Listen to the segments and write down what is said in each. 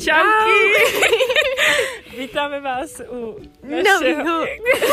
Čauky! Vítáme vás u našeho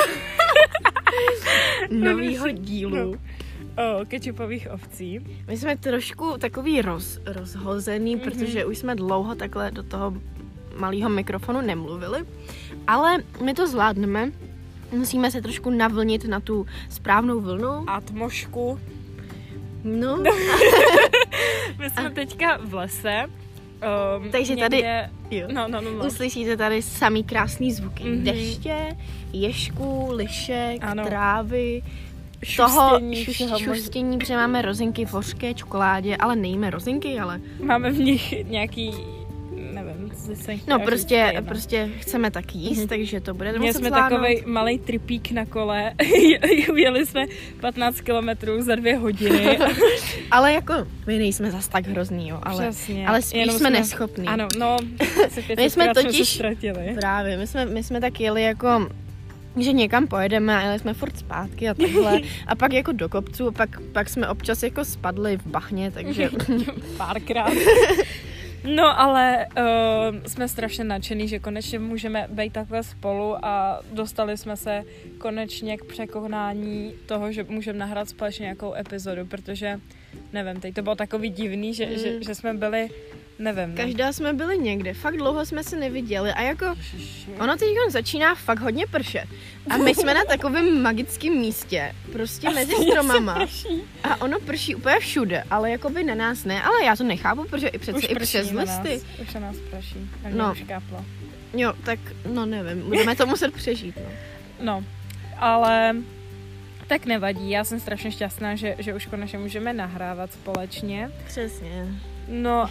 novýho dílu o kečupových ovcí. My jsme trošku takový rozhozený, protože už jsme dlouho takhle do toho malého mikrofonu nemluvili, ale my to zvládneme. Musíme se trošku navlnit na tu správnou vlnu. Atmošku. No. My jsme teďka v lese. Takže někde... tady No. uslyšíte tady samý krásný zvuky. Deště, ježků, lišek, trávy, šustění, protože máme rozinky v hořké čokoládě, ale nejíme rozinky, ale... Máme v nich nějaký, nevím, co se no prostě chceme tak jíst, takže to bude muset zvládnout. Jsme takovej malej tripík na kole, jeli jsme 15 kilometrů za 2 hodiny. Ale jako, my nejsme zas tak hrozný, jo, ale spíš jsme neschopní. Ano, no, asi 500 my jsme totiž, se ztratili. Právě, my jsme tak jeli jako... že někam pojedeme a jeli jsme furt zpátky a takhle. A pak jako do kopců, a pak jsme občas jako spadli v bahně, takže... Párkrát. No ale jsme strašně nadšený, že konečně můžeme být takhle spolu a dostali jsme se konečně k překonání toho, že můžeme nahrát společně nějakou epizodu, protože nevím, teď to bylo takový divný, že jsme byli, nevím. Každá jsme byli někde, fakt dlouho jsme se neviděli a jako ono teď začíná fakt hodně pršet a my jsme na takovém magickém místě, prostě mezi stromama a ono prší úplně všude, ale jako by na nás ne, ale já to nechápu, protože i přece i přes listy. Už se nás prší, tak už káplo. Jo, tak no nevím, budeme to muset přežít, no. No, ale... Tak nevadí, já jsem strašně šťastná, že už konečně můžeme nahrávat společně. Přesně. No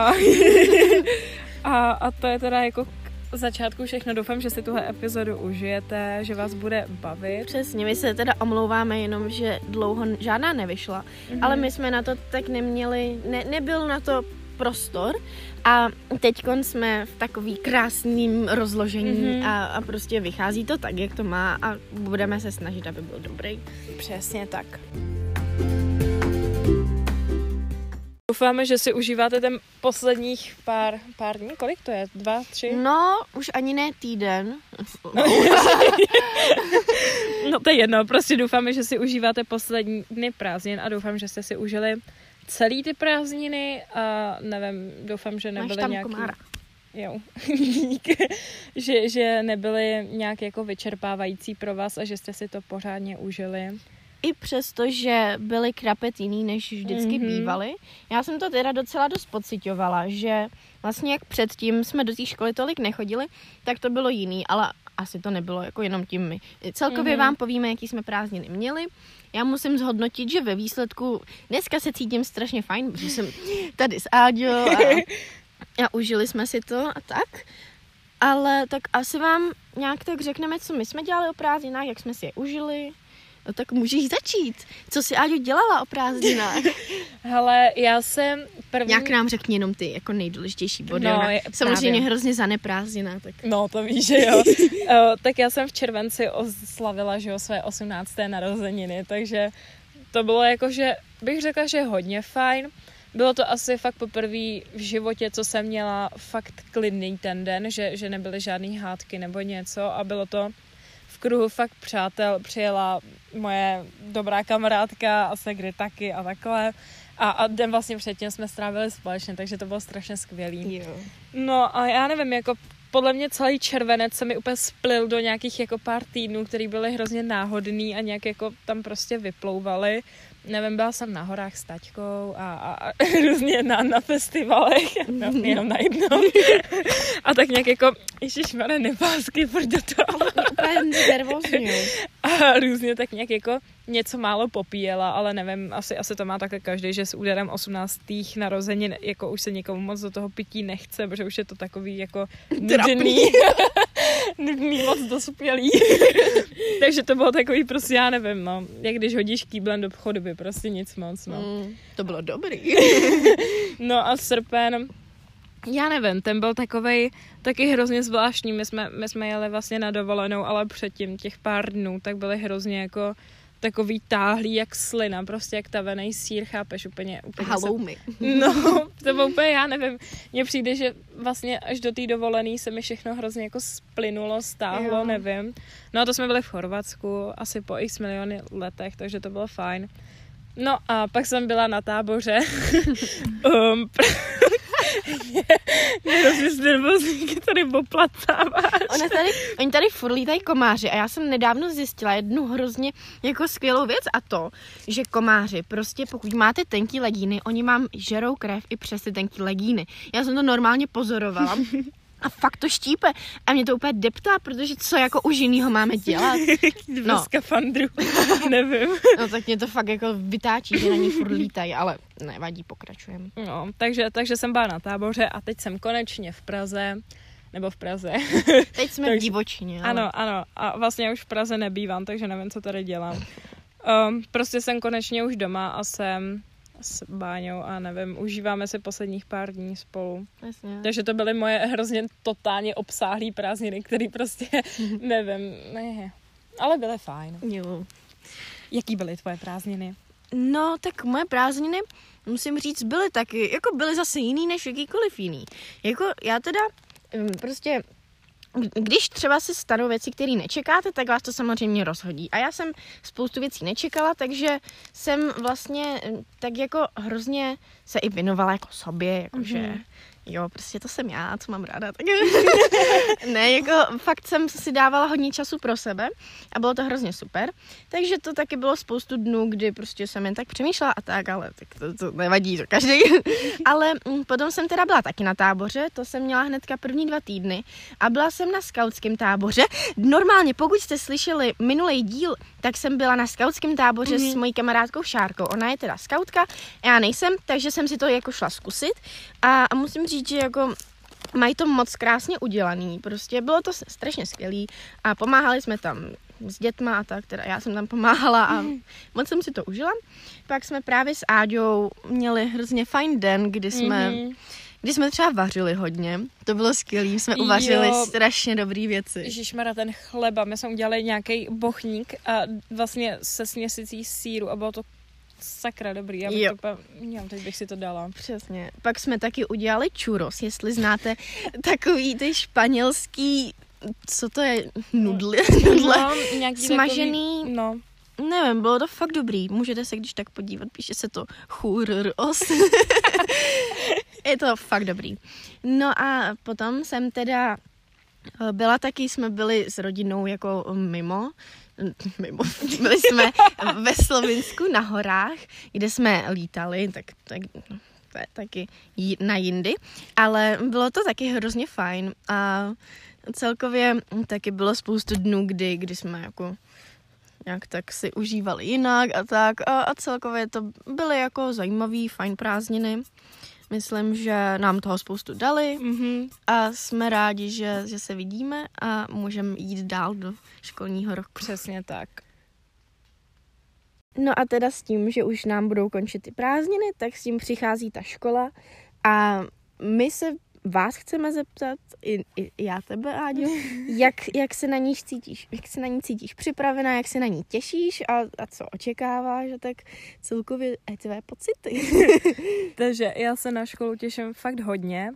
a to je teda jako k začátku všechno. Doufám, že si tuhle epizodu užijete, že vás bude bavit. Přesně, my se teda omlouváme jenom, že dlouho žádná nevyšla, ale my jsme na to tak neměli, nebyl na to prostor a teďkon jsme v takový krásným rozložení a prostě vychází to tak, jak to má a budeme se snažit, aby byl dobrý. Přesně tak. Doufáme, že si užíváte ten posledních pár dní. Kolik to je? 2, 3? No, už ani ne týden. No to je jedno, prostě doufáme, že si užíváte poslední dny prázdnin a doufám, že jste si užili celý ty prázdniny a nevím, doufám, že nebyly nějaký... komára. Jo. že nebyly nějak jako vyčerpávající pro vás a že jste si to pořádně užili. I přesto, že byly krapet jiný, než vždycky bývaly. Já jsem to teda docela dost pociťovala, že vlastně jak předtím jsme do té školy tolik nechodili, tak to bylo jiný, ale asi to nebylo jako jenom tím my. Celkově vám povíme, jaký jsme prázdniny měli. Já musím zhodnotit, že ve výsledku dneska se cítím strašně fajn, protože jsem tady s Áďou a užili jsme si to a tak. Ale tak asi vám nějak tak řekneme, co my jsme dělali o prázdninách, jak jsme si je užili. No tak můžeš začít. Co jsi, Áďo, dělala o prázdninách? Hele, já jsem první... Nějak nám řekni jenom ty jako nejdůležitější body. No, samozřejmě hrozně zaneprázdněná. Tak... No, to víš, že jo. Tak já jsem v červenci oslavila, že jo, své 18. narozeniny, takže to bylo jako, že bych řekla, že hodně fajn. Bylo to asi fakt poprvé v životě, co jsem měla fakt klidný ten den, že nebyly žádný hádky nebo něco a bylo to v kruhu fakt přátel. Přijela moje dobrá kamarádka a segry taky a takhle. A den vlastně předtím jsme strávili společně, takže to bylo strašně skvělý. Jo. No a já nevím, jako podle mě celý červenec se mi úplně splil do nějakých jako pár týdnů, který byly hrozně náhodný a nějak jako tam prostě vyplouvaly. Nevím, byla jsem na horách s taťkou a různě na festivalech, no, jenom na jednom. A tak nějak jako, ježišmarja, nepásky, pojď do toho. A různě tak nějak jako něco málo popíjela, ale nevím, asi to má takhle každý, že s úderem 18. narozenin jako už se někomu moc do toho pití nechce, protože už je to takový jako nudný moc dospělý. Takže to bylo takový prostě, já nevím, no, jak když hodíš kýblem do chodby, prostě nic moc, no. To bylo dobrý. No a srpen, já nevím, ten byl takovej taky hrozně zvláštní, my jsme jeli vlastně na dovolenou, ale předtím těch pár dnů, tak byly hrozně jako takový táhlý jak slina, prostě jak tavený sýr, chápeš, úplně haloumy. No, to bylo úplně, já nevím, mně přijde, že vlastně až do té dovolený se mi všechno hrozně jako splynulo, stáhlo, jo. Nevím. No a to jsme byli v Chorvatsku asi po x miliony letech, takže to bylo fajn. No a pak jsem byla na táboře. Hrozně nervózní, tady poplatáváš. Oni tady furt lítají komáři a já jsem nedávno zjistila jednu hrozně jako skvělou věc a to, že komáři prostě pokud máte tenký legíny, oni vám žerou krev i přes ty tenký legíny. Já jsem to normálně pozorovala. A fakt to štípe. A mě to úplně deptá, protože co jako už jinýho máme dělat? No. Skafandru. Nevím. No tak mě to fakt jako vytáčí, že na ní furt lítají, ale nevadí, pokračujeme. No, takže jsem byla na táboře a teď jsem konečně v Praze. Nebo v Praze. Teď jsme v divočině. Ale... Ano. A vlastně už v Praze nebývám, takže nevím, co tady dělám. Prostě jsem konečně už doma a jsem s Báňou a nevím, užíváme si posledních pár dní spolu. Jasně. Takže to byly moje hrozně totálně obsáhlý prázdniny, který prostě, nevím, ale byly fajn. Jo. Jaký byly tvoje prázdniny? No, tak moje prázdniny, musím říct, byly taky, jako byly zase jiný než jakýkoliv jiný. Jako já teda prostě... Když třeba si stanou věci, které nečekáte, tak vás to samozřejmě rozhodí. A já jsem spoustu věcí nečekala, takže jsem vlastně tak jako hrozně se i věnovala jako sobě, jakože jo, prostě to jsem já, co mám ráda. Tak... Ne, jako fakt jsem si dávala hodně času pro sebe a bylo to hrozně super. Takže to taky bylo spoustu dnů, kdy prostě jsem jen tak přemýšlela a tak, ale tak to nevadí, to každý. Ale potom jsem teda byla taky na táboře, to jsem měla hnedka první 2 týdny a byla jsem na skautském táboře. Normálně, pokud jste slyšeli minulý díl, tak jsem byla na skautském táboře s mojí kamarádkou Šárkou. Ona je teda skautka, já nejsem, takže jsem si to jako šla zkusit a musím říct, že jako mají to moc krásně udělaný, prostě bylo to strašně skvělý a pomáhali jsme tam s dětma a tak, teda já jsem tam pomáhala a moc jsem si to užila. Pak jsme právě s Áďou měli hrozně fajn den, kdy jsme třeba vařili hodně, to bylo skvělý, jsme uvařili strašně dobrý věci. Ježišmarja, ten chleba, my jsme udělali nějaký bochník a vlastně se směsicí sýru a bylo to sakra dobrý, já teď bych si to dala. Přesně. Pak jsme taky udělali churros, jestli znáte takový ty španělský, co to je, nudle, smažený, takový, no. Nevím, bylo to fakt dobrý, můžete se když tak podívat, píše se to churros. Je to fakt dobrý. No a potom jsem teda byla taky, jsme byli s rodinou jako mimo. Byli jsme ve Slovinsku na horách, kde jsme lítali, tak taky na jindy, ale bylo to taky hrozně fajn a celkově taky bylo spoustu dnů, kdy jsme jako nějak tak si užívali jinak a tak a celkově to byly jako zajímavý, fajn prázdniny. Myslím, že nám toho spoustu dali a jsme rádi, že se vidíme a můžeme jít dál do školního roku. Přesně tak. No a teda s tím, že už nám budou končit ty prázdniny, tak s tím přichází ta škola a my se vás chceme zeptat, i já tebe, Áďo, jak se na ní cítíš? Jak se na ní cítíš připravená, jak se na ní těšíš a co očekáváš? A tak celkově tvé pocity. Takže já se na školu těším fakt hodně.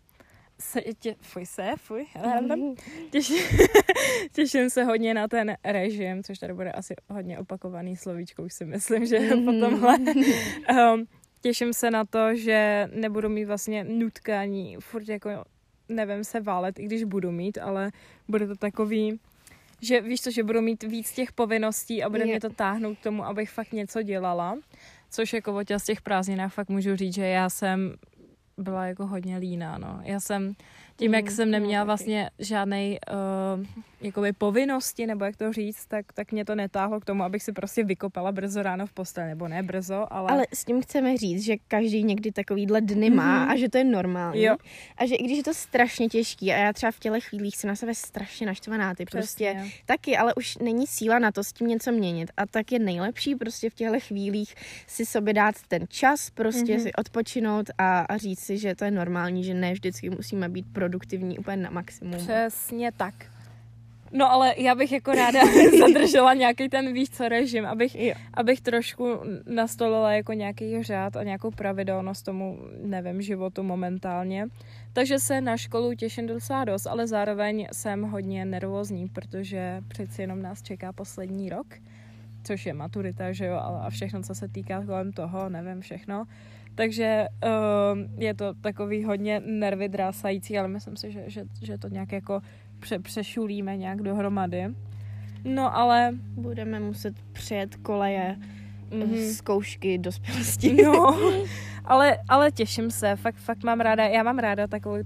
Těším se hodně na ten režim, což tady bude asi hodně opakovaný slovíčko, už si myslím, že po tomhle. Těším se na to, že nebudu mít vlastně nutkání, furt jako nevím se válet, i když budu mít, ale bude to takový, že víš co, že budu mít víc těch povinností a bude mě to táhnout k tomu, abych fakt něco dělala, což jako o těch prázdninách fakt můžu říct, že já jsem byla jako hodně líná, no. Já jsem tím, jak jsem neměla vlastně žádnej jakoby povinnosti, nebo jak to říct, tak mě to netáhlo k tomu, abych si prostě vykopala brzo ráno v posteli, nebo ne brzo, ale... Ale s tím chceme říct, že každý někdy takovýhle dny má a že to je normální. Jo. A že i když je to strašně těžký a já třeba v těle chvílích jsem na sebe strašně naštvaná, ty prostě taky, ale už není síla na to s tím něco měnit a tak je nejlepší prostě v těchto chvílích si sobě dát ten čas, prostě si odpočinout a říct si, že to je normální, že ne vždycky musíme být produktivní úplně na maximum. Přesně tak. No ale já bych jako ráda zadržela nějaký ten, víš co, režim, abych trošku nastolila jako nějaký řád a nějakou pravidelnost tomu, nevím, životu momentálně. Takže se na školu těším docela dost, ale zároveň jsem hodně nervózní, protože přeci jenom nás čeká poslední rok, což je maturita, že jo, a všechno, co se týká kolem toho, nevím, všechno. Takže je to takový hodně nervy drásající, ale myslím si, že to nějak jako přešulíme nějak dohromady. No ale... Budeme muset přejet koleje zkoušky dospělosti. No, ale těším se, fakt mám ráda, já mám ráda takový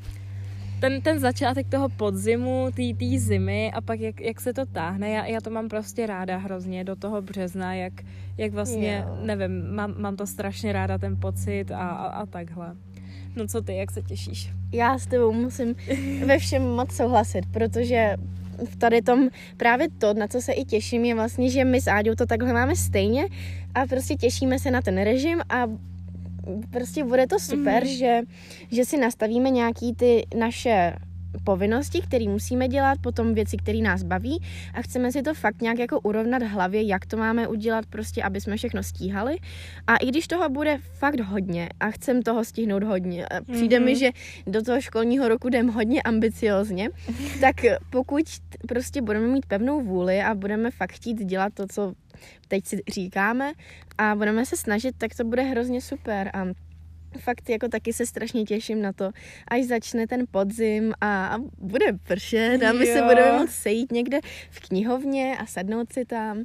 ten začátek toho podzimu, té zimy a pak jak se to táhne, já to mám prostě ráda hrozně do toho března, jak vlastně, nevím, mám to strašně ráda, ten pocit a takhle. No co ty, jak se těšíš? Já s tebou musím ve všem moc souhlasit, protože v tady tom právě to, na co se i těším, je vlastně, že my s Áďou to takhle máme stejně a prostě těšíme se na ten režim a prostě bude to super, že si nastavíme nějaký ty naše povinnosti, které musíme dělat, potom věci, které nás baví a chceme si to fakt nějak jako urovnat v hlavě, jak to máme udělat prostě, aby jsme všechno stíhali. A i když toho bude fakt hodně a chcem toho stihnout hodně, přijde mi, že do toho školního roku jdem hodně ambiciozně, tak pokud prostě budeme mít pevnou vůli a budeme fakt chtít dělat to, co teď si říkáme a budeme se snažit, tak to bude hrozně super a fakt jako taky se strašně těším na to, až začne ten podzim a bude pršet a my se budeme moct sejít někde v knihovně a sednout si tam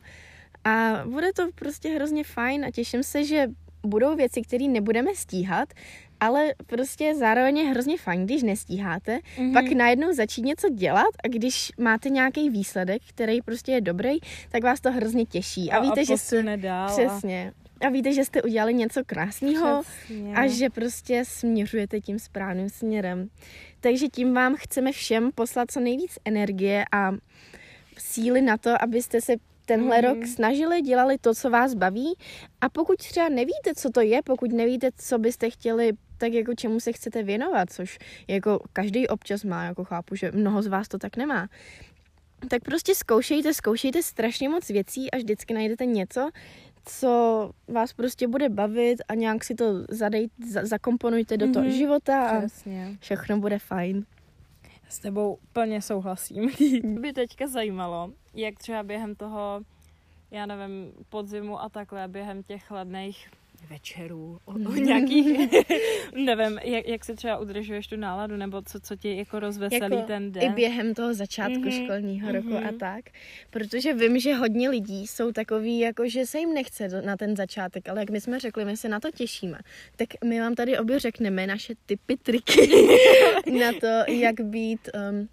a bude to prostě hrozně fajn a těším se, že budou věci, které nebudeme stíhat, ale prostě zároveň je hrozně fajn, když nestíháte, pak najednou začít něco dělat a když máte nějaký výsledek, který prostě je dobrý, tak vás to hrozně těší. A víte, že jste dál. Přesně. A víte, že jste udělali něco krásného a že prostě směřujete tím správným směrem. Takže tím vám chceme všem poslat co nejvíc energie a síly na to, abyste se tenhle rok snažili, dělali to, co vás baví a pokud třeba nevíte, co to je, pokud nevíte, co byste chtěli, tak jako čemu se chcete věnovat, což jako každý občas má, jako chápu, že mnoho z vás to tak nemá, tak prostě zkoušejte strašně moc věcí a vždycky najdete něco, co vás prostě bude bavit a nějak si to zakomponujte do toho života a všechno bude fajn. S tebou plně souhlasím. By teďka zajímalo, jak třeba během toho, já nevím, podzimu a takhle, během těch chladných večerů, nějakých, nevím, jak si třeba udržuješ tu náladu, nebo co ti jako rozveselí jako ten den. I během toho začátku školního roku a tak, protože vím, že hodně lidí jsou takový, jako že se jim nechce na ten začátek, ale jak my jsme řekli, my se na to těšíme, tak my vám tady obě řekneme naše tipy, triky na to, jak být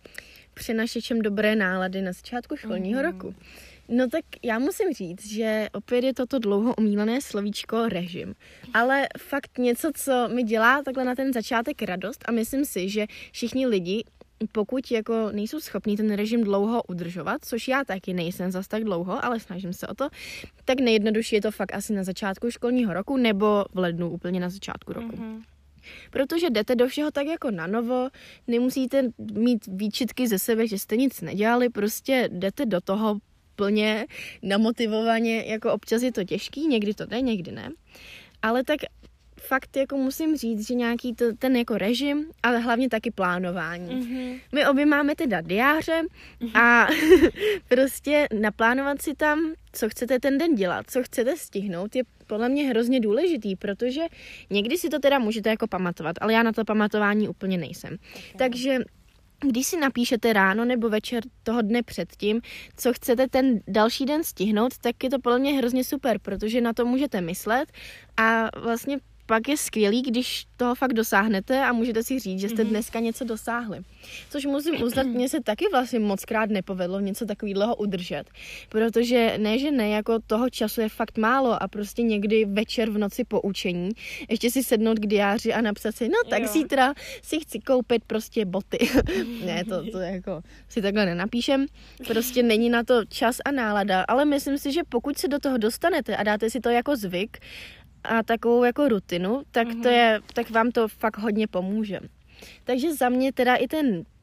přenašečem dobré nálady na začátku školního roku. No tak já musím říct, že opět je toto dlouho omílané slovíčko režim, ale fakt něco, co mi dělá takhle na ten začátek radost a myslím si, že všichni lidi, pokud jako nejsou schopní ten režim dlouho udržovat, což já taky nejsem zas tak dlouho, ale snažím se o to, tak nejjednodušší je to fakt asi na začátku školního roku nebo v lednu úplně na začátku roku. Protože jdete do všeho tak jako na novo, nemusíte mít výčitky ze sebe, že jste nic nedělali, prostě jdete do toho plně namotivovaně, jako občas je to těžký, někdy to jde, někdy ne. Ale tak fakt jako musím říct, že nějaký ten jako režim, ale hlavně taky plánování. My obě máme teda diáře a prostě naplánovat si tam, co chcete ten den dělat, co chcete stihnout, je podle mě hrozně důležitý, protože někdy si to teda můžete jako pamatovat, ale já na to pamatování úplně nejsem. Takže když si napíšete ráno nebo večer toho dne předtím, co chcete ten další den stihnout, tak je to podle mě hrozně super, protože na to můžete myslet a vlastně pak je skvělý, když toho fakt dosáhnete a můžete si říct, že jste dneska něco dosáhli. Což musím uznat, mně se taky vlastně mockrát nepovedlo něco takového udržet. Protože ne, jako toho času je fakt málo a prostě někdy večer v noci po učení ještě si sednout k diáři a napsat si, no tak zítra si chci koupit prostě boty. Ne, to jako si takhle nenapíšem. Prostě není na to čas a nálada, ale myslím si, že pokud se do toho dostanete a dáte si to jako zvyk, a takovou jako rutinu, tak tak vám to fakt hodně pomůže. Takže za mě teda i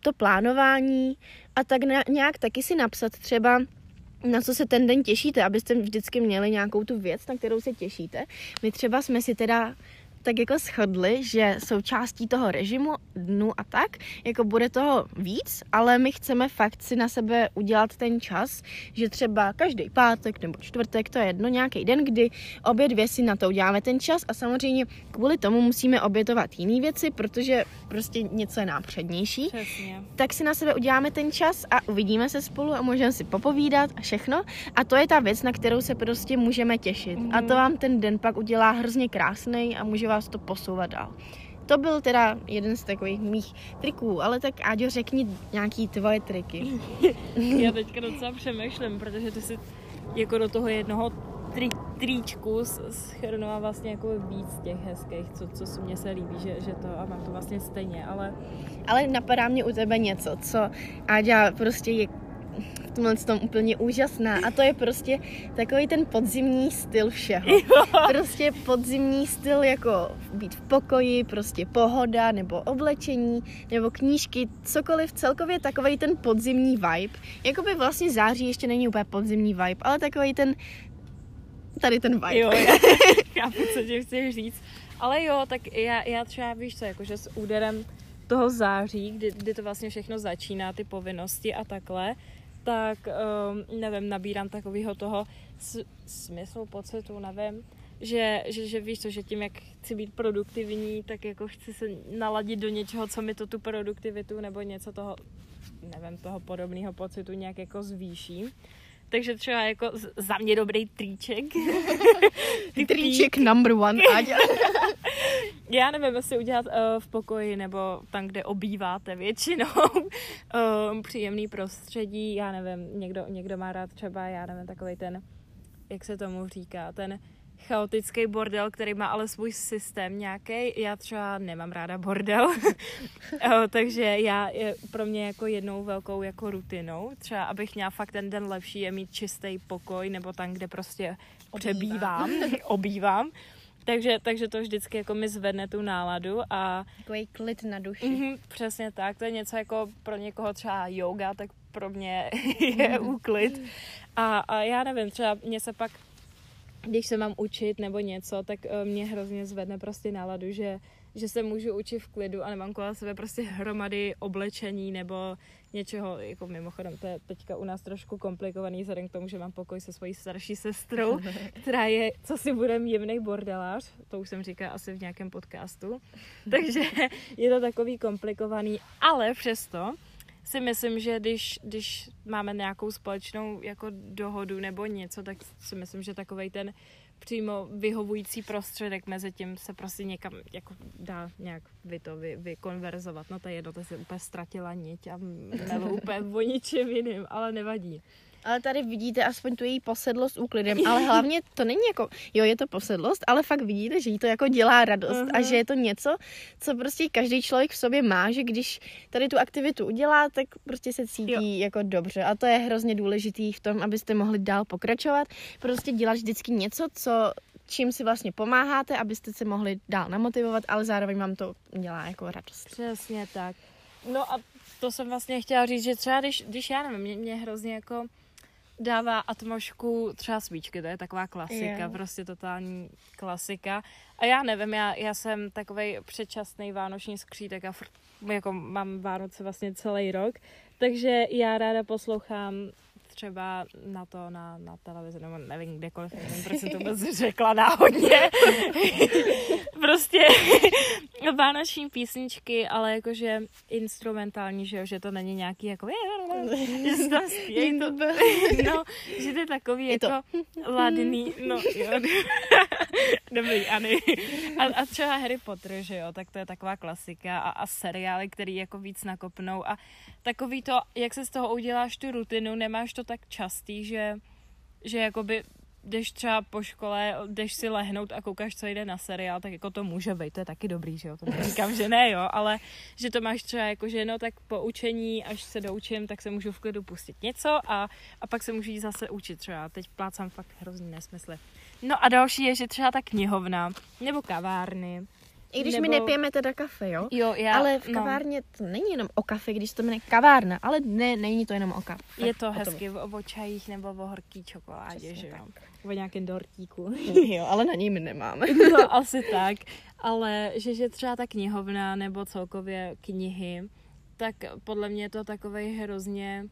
to plánování a tak nějak taky si napsat třeba, na co se ten den těšíte, abyste vždycky měli nějakou tu věc, na kterou se těšíte. My třeba jsme si teda tak jako shodli, že součástí toho režimu dnu a tak, jako bude toho víc, ale my chceme fakt si na sebe udělat ten čas, že třeba každý pátek nebo čtvrtek, to je jedno, nějaký den, kdy obě dvě si na to uděláme ten čas a samozřejmě kvůli tomu musíme obětovat jiné věci, protože prostě něco je nápřednější. Přesně. Tak si na sebe uděláme ten čas a uvidíme se spolu a můžeme si popovídat a všechno. A to je ta věc, na kterou se prostě můžeme těšit. A to vám ten den pak udělá hrozně krásnej a může vás to posouvat dál. To byl teda jeden z takových mých triků, ale tak Áďo, řekni nějaký tvoje triky. Já teďka docela přemýšlím, protože ty si jako do toho jednoho tričku schrnula vlastně jako víc těch hezkých, co mně se líbí, že to a mám to vlastně stejně, Ale napadá mě u tebe něco, co Áďa prostě je v tomhle tom úplně úžasná a to je prostě takový ten podzimní styl všeho. Prostě podzimní styl jako být v pokoji, prostě pohoda nebo oblečení nebo knížky, cokoliv, celkově takový ten podzimní vibe. Jakoby vlastně září ještě není úplně podzimní vibe, ale takový ten tady ten vibe. Jo, chápu, co ti chceš říct. Ale jo, tak já třeba víš co, jakože s úderem toho září, kdy to vlastně všechno začíná, ty povinnosti a takhle, tak nevím, nabírám takového toho smyslu, pocitu, nevím, že víš co, že tím, jak chci být produktivní, tak jako chci se naladit do něčeho, co mi to tu produktivitu nebo něco toho, nevím, toho podobného pocitu nějak jako zvýší. Takže třeba jako za mě dobrý triček. Triček number one, Áďa. Já nevím, jestli udělat v pokoji nebo tam, kde obýváte většinou. Příjemný prostředí, já nevím, někdo má rád třeba, já nevím, takovej ten, jak se tomu říká, ten chaotický bordel, který má ale svůj systém nějaký. Já třeba nemám ráda bordel, takže je pro mě jako jednou velkou jako rutinou. Třeba abych měla fakt ten den lepší, je mít čistý pokoj, nebo tam, kde prostě obývám. Takže to vždycky jako mi zvedne tu náladu a... Takový klid na duši. Přesně tak, to je něco jako pro někoho třeba yoga, tak pro mě je úklid. A já nevím, třeba mě se pak když se mám učit nebo něco, tak mě hrozně zvedne prostě náladu, že se můžu učit v klidu a nemám kolem sebe prostě hromady oblečení nebo něčeho, jako mimochodem, to je teďka u nás trošku komplikovaný vzhledem k tomu, že mám pokoj se svojí starší sestrou, která je, co si budem, jemnej bordelář, to už jsem říkala asi v nějakém podcastu, takže je to takový komplikovaný, ale přesto si myslím, že když máme nějakou společnou jako dohodu nebo něco, tak si myslím, že takovej ten přímo vyhovující prostředek mezi tím se prostě někam jako dá nějak vykonverzovat. No to je jedno, to se úplně ztratila niť a nebo úplně o ničem jiným, ale nevadí. Ale tady vidíte aspoň tu její posedlost úklidem, ale hlavně to není jako, jo, je to posedlost, ale fakt vidíte, že jí to jako dělá radost a že je to něco, co prostě každý člověk v sobě má, že když tady tu aktivitu udělá, tak prostě se cítí jako dobře a to je hrozně důležitý v tom, abyste mohli dál pokračovat, prostě dělat vždycky něco, čím si vlastně pomáháte, abyste se mohli dál namotivovat, ale zároveň vám to dělá jako radost. Přesně tak. No a to jsem vlastně chtěla říct, že třeba když já nevím, mě hrozně jako dává atmosféru třeba svíčky, to je taková klasika, prostě totální klasika. A já nevím, já jsem takovej předčasný vánoční skřítek a jako mám Vánoce vlastně celý rok, takže já ráda poslouchám třeba na televizi, nebo nevím, kdekoliv, nevím, proč jsem to vůbec řekla náhodně. Prostě vánoční písničky, ale jakože instrumentální, že to není nějaký jako že se tam zpějí to, no, že to je takový je jako ladný, no jo, dobrý, Ani. A třeba Harry Potter, že jo, tak to je taková klasika a seriály, který jako víc nakopnou a takový to, jak se z toho uděláš tu rutinu, nemáš to tak častý, že jakoby jdeš třeba po škole, jdeš si lehnout a koukáš, co jde na seriál, tak jako to může být, to je taky dobrý, že jo, to neříkám, že ne, jo, ale že to máš třeba jako, že no, tak po učení, až se doučím, tak se můžu v klidu pustit něco a pak se můžu jít zase učit třeba, teď plácám fakt hrozný nesmysly. No a další je, že třeba ta knihovna, nebo kavárny, I když my nepijeme teda kafe, jo? Ale v kavárně to není jenom o kafe, když to jmenuje kavárna, ale ne, není to jenom o kafe. Je to hezky o čajích nebo o horký čokoládě, že jo? O nějakém dortíku. Jo, ale na něj my nemáme. No, asi tak. Ale že třeba ta knihovna nebo celkově knihy, tak podle mě je to takovej hrozně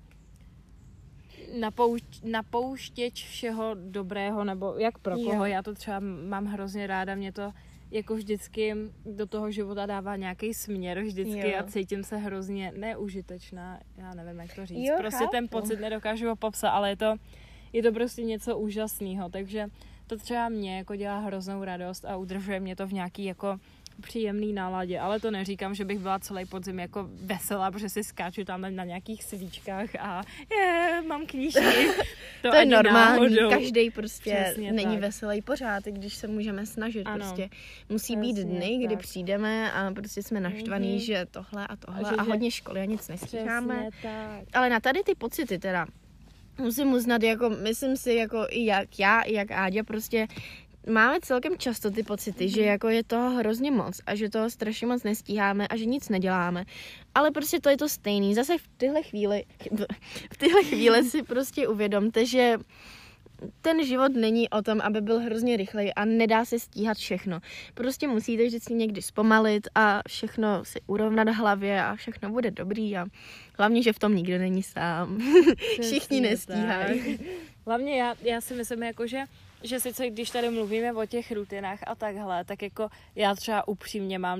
napouštěč všeho dobrého, nebo jak pro koho. Já to třeba mám hrozně ráda, mě to jako vždycky do toho života dává nějaký směr vždycky a cítím se hrozně neužitečná, já nevím, jak to říct. Prostě ten pocit nedokážu ho popsat, ale je to prostě něco úžasného, takže to třeba mě jako dělá hroznou radost a udržuje mě to v nějaký jako příjemný náladě, ale to neříkám, že bych byla celý podzim jako veselá, protože si skáču tam na nějakých svíčkách a mám knížky. To je normální, každej prostě přesně není veselý pořád, i když se můžeme snažit, prostě musí být dny, kdy přijdeme a prostě jsme naštvaný, že tohle a hodně školy a nic nestíháme. Ale na tady ty pocity teda musím uznat, jako myslím si, jako i jak já, i jak Áďa, prostě máme celkem často ty pocity, že jako je toho hrozně moc a že toho strašně moc nestíháme a že nic neděláme. Ale prostě to je to stejný. Zase v téhle chvíli si prostě uvědomte, že ten život není o tom, aby byl hrozně rychlej a nedá se stíhat všechno. Prostě musíte vždycky někdy zpomalit a všechno si urovnat v hlavě a všechno bude dobrý a hlavně, že v tom nikdo není sám. Všichni nestíhají. Hlavně já si myslím, jako, že sice když tady mluvíme o těch rutinách a takhle, tak jako já třeba upřímně mám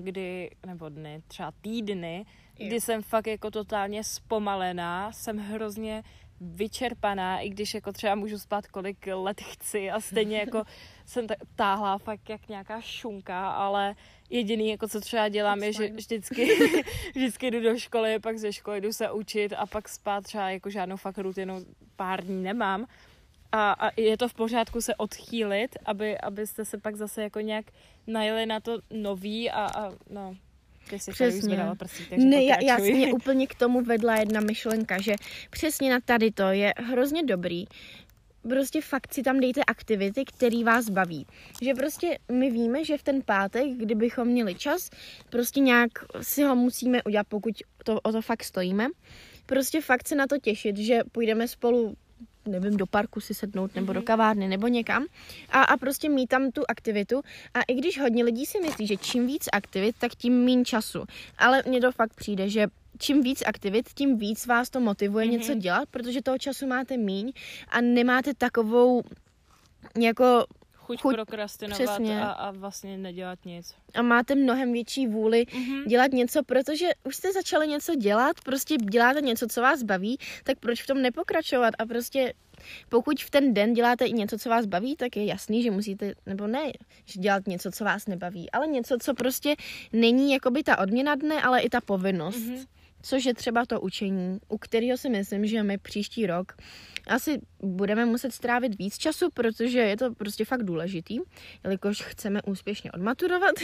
třeba týdny, kdy jsem fakt jako totálně zpomalená, jsem hrozně vyčerpaná, i když jako třeba můžu spát kolik let chci a stejně jako jsem táhla fakt jak nějaká šunka, ale jediný jako co třeba dělám je, že vždycky jdu do školy, pak ze školy jdu se učit a pak spát třeba jako žádnou fakt rutinu pár dní nemám. A je to v pořádku se odchýlit, abyste se pak zase jako nějak najeli na to nový a ty jsi tady zvedala prstík, takže já mě úplně k tomu vedla jedna myšlenka, že přesně na tady to je hrozně dobrý. Prostě fakt si tam dejte aktivity, které vás baví. Že prostě my víme, že v ten pátek, kdybychom měli čas, prostě nějak si ho musíme udělat, pokud o to fakt stojíme. Prostě fakt se na to těšit, že půjdeme spolu nevím, do parku si sednout, nebo do kavárny, nebo někam a prostě mít tam tu aktivitu a i když hodně lidí si myslí, že čím víc aktivit, tak tím míň času, ale mně to fakt přijde, že čím víc aktivit, tím víc vás to motivuje něco dělat, protože toho času máte míň a nemáte takovou jako chuť prokrastinovat a vlastně nedělat nic. A máte mnohem větší vůli dělat něco, protože už jste začali něco dělat, prostě děláte něco, co vás baví, tak proč v tom nepokračovat a prostě pokud v ten den děláte i něco, co vás baví, tak je jasný, že musíte, nebo ne, že dělat něco, co vás nebaví, ale něco, co prostě není jakoby ta odměna dne, ale i ta povinnost. Což je třeba to učení, u kterého si myslím, že my příští rok asi budeme muset strávit víc času, protože je to prostě fakt důležitý, jelikož chceme úspěšně odmaturovat.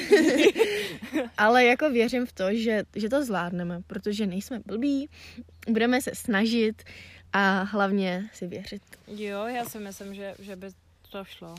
Ale jako věřím v to, že to zvládneme, protože nejsme blbí, budeme se snažit a hlavně si věřit. Jo, já si myslím, že by to šlo.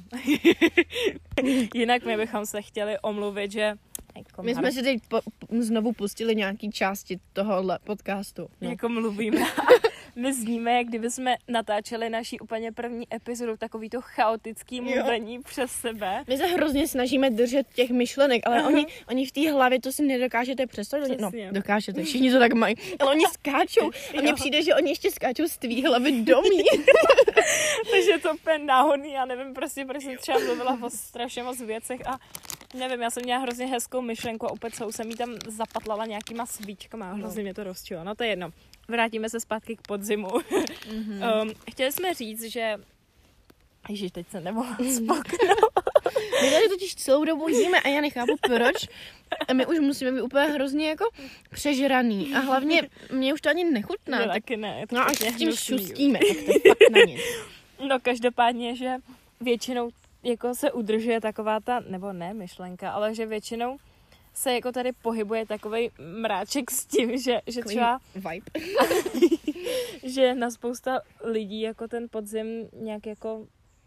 Jinak my bychom se chtěli omluvit, že my jsme si teď znovu pustili nějaký části tohohle podcastu. No. Jako mluvíme. My zníme, jak kdyby jsme natáčeli naší úplně první epizodu, takový to chaotický mluvení přes sebe. My se hrozně snažíme držet těch myšlenek, ale oni v té hlavě to si nedokážete představit. No, dokážete, všichni to tak mají. Ale oni skáčou a mně přijde, že oni ještě skáčou z tvý hlavy do mý. Takže to úplně náhodný, já nevím, prostě třeba mluvila o strašně moc věcech a nevím, já jsem měla hrozně hezkou myšlenku a opět jsem jí tam zapatlala nějakýma svíčkama a hrozně mě to rozčilo. No to je jedno. Vrátíme se zpátky k podzimu. Chtěli jsme říct, že Ježiš, teď se nemohla spoknout. My tady totiž celou dobu jíme a já nechápu proč. A my už musíme být úplně hrozně jako přežraný. A hlavně mě už to ani nechutná. No, taky ne. No až s tím šustíme, tak to je fakt na nic. No každopádně, že většinou jako se udržuje taková ta, nebo ne myšlenka, ale že většinou se jako tady pohybuje takovej mráček s tím, že třeba vibe. že na spousta lidí jako ten podzim nějak jako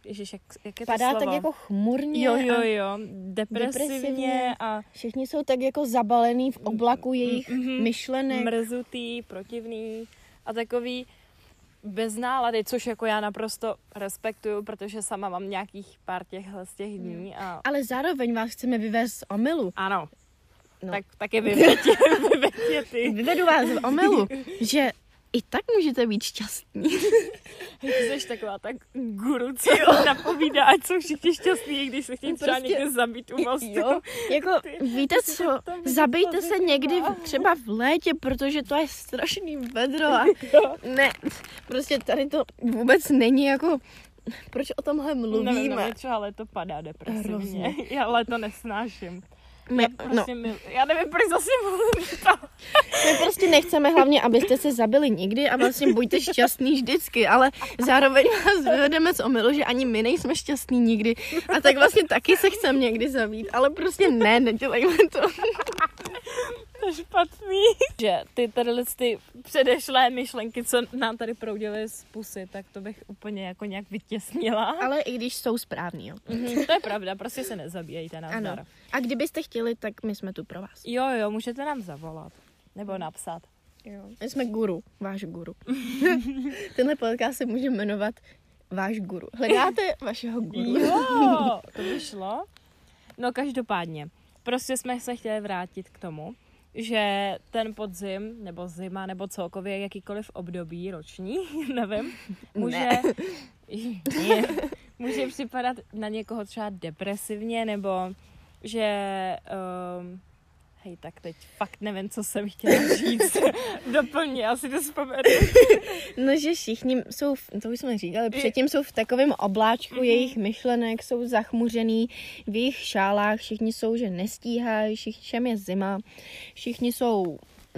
Ježiš, jak je to Padá slovo? tak jako chmurně. Jo, depresivně a všichni jsou tak jako zabalený v oblaku jejich myšlenek. Mrzutý, protivný a takový bez nálady, což jako já naprosto respektuju, protože sama mám nějakých pár těchhle z těch dní. Ale zároveň vás chceme vyvést z omylu. Ano. No. Tak je vyvedě ty. Vyvedu vás z omylu, že i tak můžete být šťastní. Ty jsi taková tak guru, co napovídá, ať jsou všichni šťastní, když se chtějí třeba někde zabít u mostu. Jo, jako víte co, zabijte se někdy třeba v létě, protože to je strašný vedro a ne, prostě tady to vůbec není jako, proč o tomhle mluvíme. Nevím, třeba léto padá depresivně, já léto nesnáším. Já nevím, proč zase mluvím to. My prostě nechceme hlavně, abyste se zabili nikdy a vlastně buďte šťastný vždycky, ale zároveň vás vyvedeme z omylu, že ani my nejsme šťastní nikdy a tak vlastně taky se chceme někdy zabít, ale prostě nedělejme to. To je špatný. Že ty předešlé myšlenky, co nám tady proudily z pusy, tak to bych úplně jako nějak vytěsnila. Ale i když jsou správný, jo. To je pravda, prostě se nezabíjejte, nazdar. Ano. A kdybyste chtěli, tak my jsme tu pro vás. Jo, můžete nám zavolat. Nebo napsat. Jo. My jsme guru, váš guru. Tenhle podcast se může jmenovat Váš guru. Hledáte vašeho guru. Jo, to by šlo. No každopádně, prostě jsme se chtěli vrátit k tomu, že ten podzim, nebo zima, nebo celkově jakýkoliv období roční, nevím, může připadat na někoho třeba depresivně, nebo že hej, tak teď fakt nevím, co jsem chtěla říct. Doplně, asi to vzpomenu. No, že všichni jsou, to už jsme říkali, předtím jsou v takovém obláčku jejich myšlenek, jsou zachmuřený v jejich šálách, všichni jsou, že nestíhají, všem je zima, všichni jsou,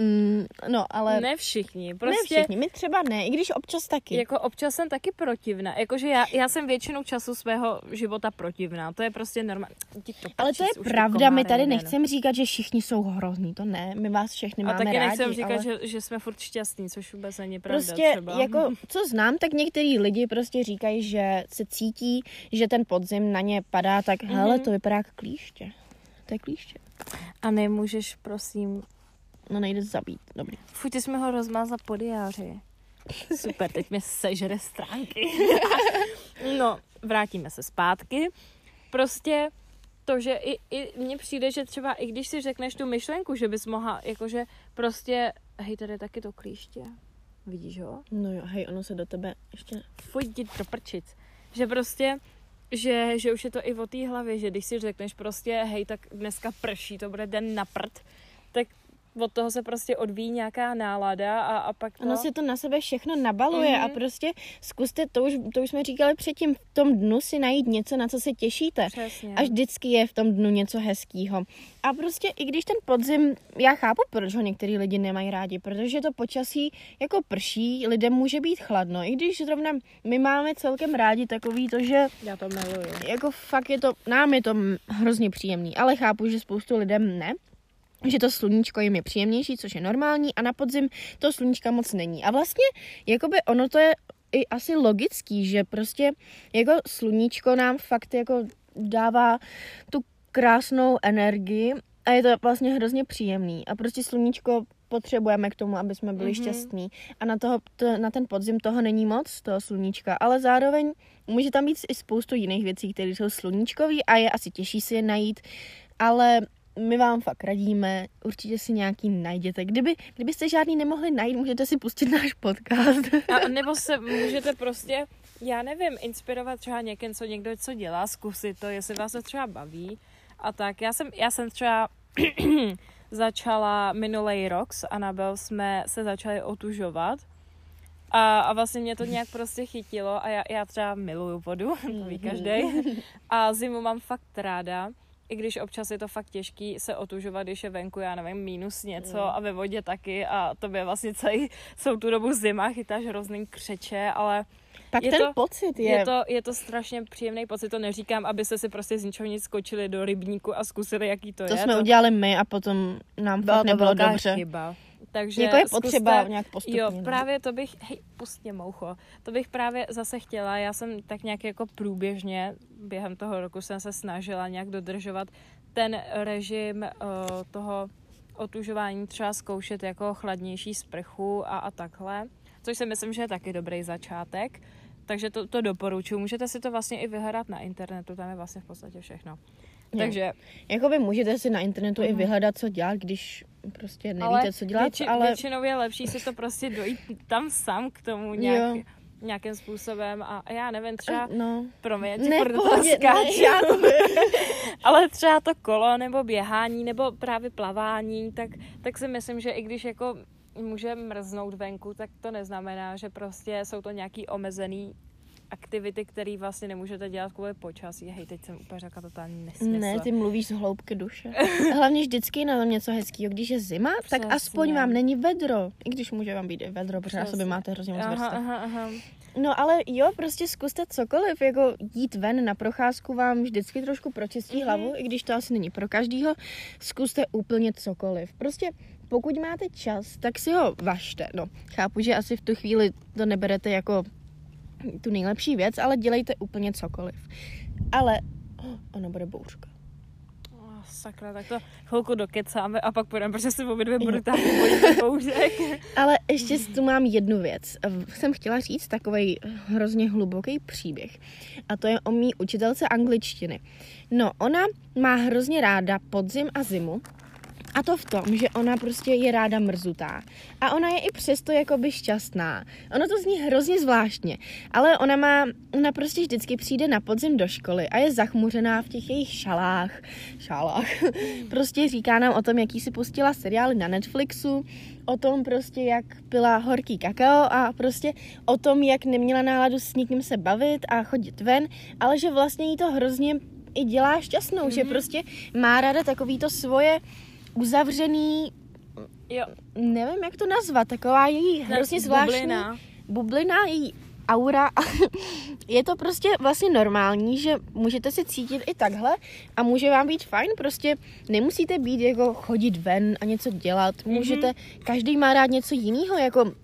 no, ale... Ne všichni, prostě... Ne všichni, my třeba ne, i když občas taky. Jako občas jsem taky protivná, jakože já jsem většinu času svého života protivná, to je prostě normální. Ale to je pravda, my tady nechceme říkat, že všichni jsou hrozný, to ne, my vás všechny máme rádi. A taky nechcem říkat, že jsme furt šťastní, což vůbec není pravda prostě třeba. Jako, co znám, tak některý lidi prostě říkají, že se cítí, že ten podzim na ně padá, tak hele, to vypadá jako klíště. To je klíště. A nemůžeš, prosím... No nejde zabít, dobrý. Fuj, ty jsi mi ho rozmázla po diáři. Super, teď mě sežere stránky. No, vrátíme se zpátky. Prostě to, že i mně přijde, že třeba i když si řekneš tu myšlenku, že bys mohla, jakože prostě, hej, tady je taky to klíště. Vidíš ho? No jo, hej, ono se do tebe ještě... Fuj, jdi do prčic. Že prostě, že už je to i o té hlavě, že když si řekneš prostě, hej, tak dneska prší, to bude den na prd, tak od toho se prostě odvíjí nějaká nálada a pak to... Ono se to na sebe všechno nabaluje a prostě zkuste, to už jsme říkali předtím, v tom dnu si najít něco, na co se těšíte. Přesně. Až vždycky je v tom dnu něco hezkýho. A prostě i když ten podzim, já chápu, proč ho některý lidi nemají rádi, protože to počasí jako prší, lidem může být chladno. I když zrovna my máme celkem rádi takový to, že... Já to miluju. Jako fakt nám je to hrozně příjemný, ale chápu, že spoustu lidem ne. Že to sluníčko jim je příjemnější, což je normální a na podzim to sluníčka moc není. A vlastně, jakoby ono to je i asi logický, že prostě jako sluníčko nám fakt jako dává tu krásnou energii a je to vlastně hrozně příjemný. A prostě sluníčko potřebujeme k tomu, aby jsme byli šťastní. A na ten podzim toho není moc, toho sluníčka, ale zároveň může tam být i spoustu jiných věcí, které jsou sluníčkový a je asi těžší si je najít, ale my vám fakt radíme, určitě si nějaký najděte. Kdybyste žádný nemohli najít, můžete si pustit náš podcast. A nebo se můžete prostě, já nevím, inspirovat třeba někdo co dělá, zkusit to, jestli vás to třeba baví. A tak, já jsem třeba začala minulej rok s Anabel, jsme se začali otužovat. A vlastně mě to nějak prostě chytilo a já třeba miluju vodu, to ví každej. A zimu mám fakt ráda. I když občas je to fakt těžký se otužovat, když je venku, já nevím, minus něco a ve vodě taky a to by vlastně celou tu dobu zima, chytáš hrozný křeče, ale tak ten pocit je to strašně příjemný pocit, to neříkám, abyste si prostě z ničeho nic skočili do rybníku a zkusili, jaký to je. To jsme udělali my a potom nám fakt nebylo dobře. Chyba. Takže jako je potřeba nějak postupně. Jo, právě to bych, pust mě moucho, to bych právě zase chtěla, já jsem tak nějak jako průběžně během toho roku jsem se snažila nějak dodržovat ten režim toho otužování, třeba zkoušet jako chladnější sprchu a takhle, což si myslím, že je taky dobrý začátek, takže to doporučuji. Můžete si to vlastně i vyhledat na internetu, tam je vlastně v podstatě všechno. Takže jakoby můžete si na internetu i vyhledat, co dělat, když prostě nevíte, co dělat, ale většinou je lepší si to prostě dojít tam sám k tomu nějakým způsobem a já nevím, třeba ale třeba to kolo nebo běhání nebo právě plavání, tak si myslím, že i když jako může mrznout venku, tak to neznamená, že prostě jsou to nějaký omezený aktivity, které vlastně nemůžete dělat kvůli počasí. Hej, teď jsem úplně řekla totální nesmysl. Ne, ty mluvíš z hloubky duše. Hlavně vždycky na tom něco hezkýho. Když je zima, tak aspoň vám není vedro. I když může vám být i vedro, protože na sobě máte hrozně moc vrstev. No ale jo, prostě zkuste cokoliv, jako jít ven na procházku vám vždycky trošku pročistí hlavu, i když to asi není pro každýho. Zkuste úplně cokoliv. Prostě pokud máte čas, tak si ho važte. No, chápu, že asi v tu chvíli to neberete jako tu nejlepší věc, ale dělejte úplně cokoliv. Ale ono bude bouřka. Sakra, tak to chvilku dokecáme a pak půjdeme, protože si obě dvě brutální bouřek. Ale ještě tu mám jednu věc. Jsem chtěla říct takovej hrozně hluboký příběh. A to je o mý učitelce angličtiny. No, ona má hrozně ráda podzim a zimu. A to v tom, že ona prostě je ráda mrzutá. A ona je i přesto jakoby šťastná. Ono to zní hrozně zvláštně, ale ona prostě vždycky přijde na podzim do školy a je zachmuřená v těch jejich šalách. Prostě říká nám o tom, jaký si pustila seriály na Netflixu, o tom prostě, jak pila horký kakao a prostě o tom, jak neměla náladu s někým se bavit a chodit ven, ale že vlastně jí to hrozně i dělá šťastnou, že prostě má ráda takový to svoje uzavřený, nevím, jak to nazvat, taková její hrozně zvláštní bublina, její aura. Je to prostě vlastně normální, že můžete si cítit i takhle a může vám být fajn, prostě nemusíte být jako chodit ven a něco dělat, můžete, každý má rád něco jiného,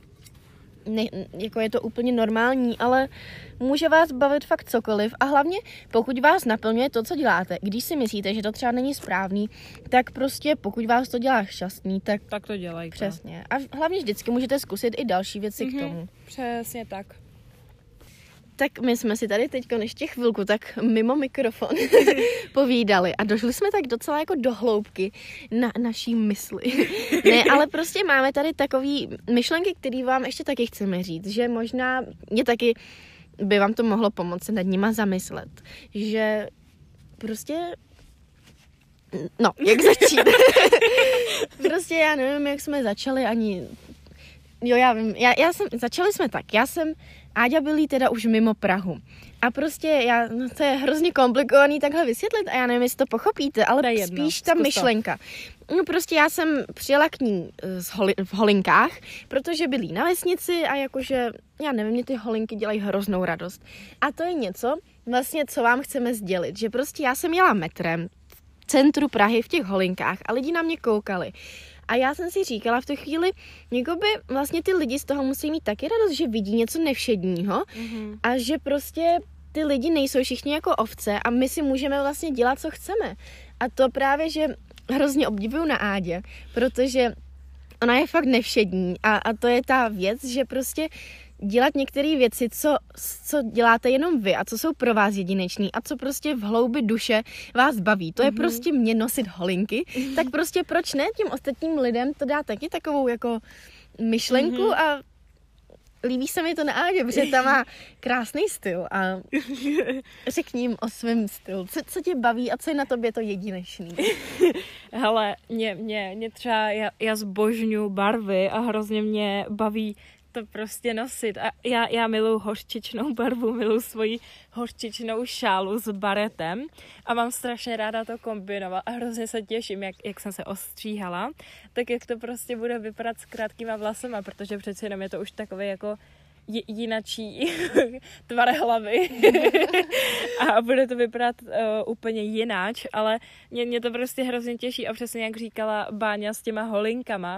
jako je to úplně normální, ale může vás bavit fakt cokoliv a hlavně pokud vás naplňuje to, co děláte, když si myslíte, že to třeba není správný, tak prostě pokud vás to dělá šťastný, tak to dělejte. Přesně. A hlavně vždycky můžete zkusit i další věci k tomu. Přesně tak. Tak my jsme si tady teď ještě chvilku tak mimo mikrofon povídali a došli jsme tak docela jako do hloubky na naší mysli. Ne, ale prostě máme tady takový myšlenky, které vám ještě taky chceme říct, že možná je taky by vám to mohlo pomoct nad nima zamyslet, že prostě jak začít? Prostě já nevím, jak jsme začali ani já vím, začali jsme tak, Áďa byli teda už mimo Prahu. A prostě to je hrozně komplikovaný takhle vysvětlit a já nevím, jestli to pochopíte, ale spíš ta myšlenka. No prostě já jsem přijela k ní v holinkách, protože bydlí na vesnici a jakože, já nevím, mě ty holinky dělají hroznou radost. A to je něco, vlastně, co vám chceme sdělit, že prostě já jsem jela metrem v centru Prahy v těch holinkách a lidi na mě koukali. A já jsem si říkala v tu chvíli, jakoby vlastně ty lidi z toho musí mít taky radost, že vidí něco nevšedního a že prostě ty lidi nejsou všichni jako ovce a my si můžeme vlastně dělat, co chceme. A to právě, že hrozně obdivuju na Ádě, protože ona je fakt nevšední a to je ta věc, že prostě dělat některé věci, co děláte jenom vy a co jsou pro vás jedinečný a co prostě v hloubi duše vás baví. To je prostě mě nosit holinky, tak prostě proč ne tím ostatním lidem to dá taky takovou jako myšlenku a líbí se mi to na Ádě, protože ta má krásný styl a řekni jim o svém stylu. Co tě baví a co je na tobě to jedinečný? Hele, mě třeba, já zbožňuju barvy a hrozně mě baví to prostě nosit. A já miluji hořčičnou barvu, miluji svoji hořčičnou šálu s baretem a mám strašně ráda to kombinovat a hrozně se těším, jak jsem se ostříhala, tak jak to prostě bude vypadat s krátkýma vlasama, protože přeci jenom je to už takový jako jinačí tvar hlavy a bude to vypadat úplně jináč, ale mě to prostě hrozně těší a přesně jak říkala Báňa s těma holinkama,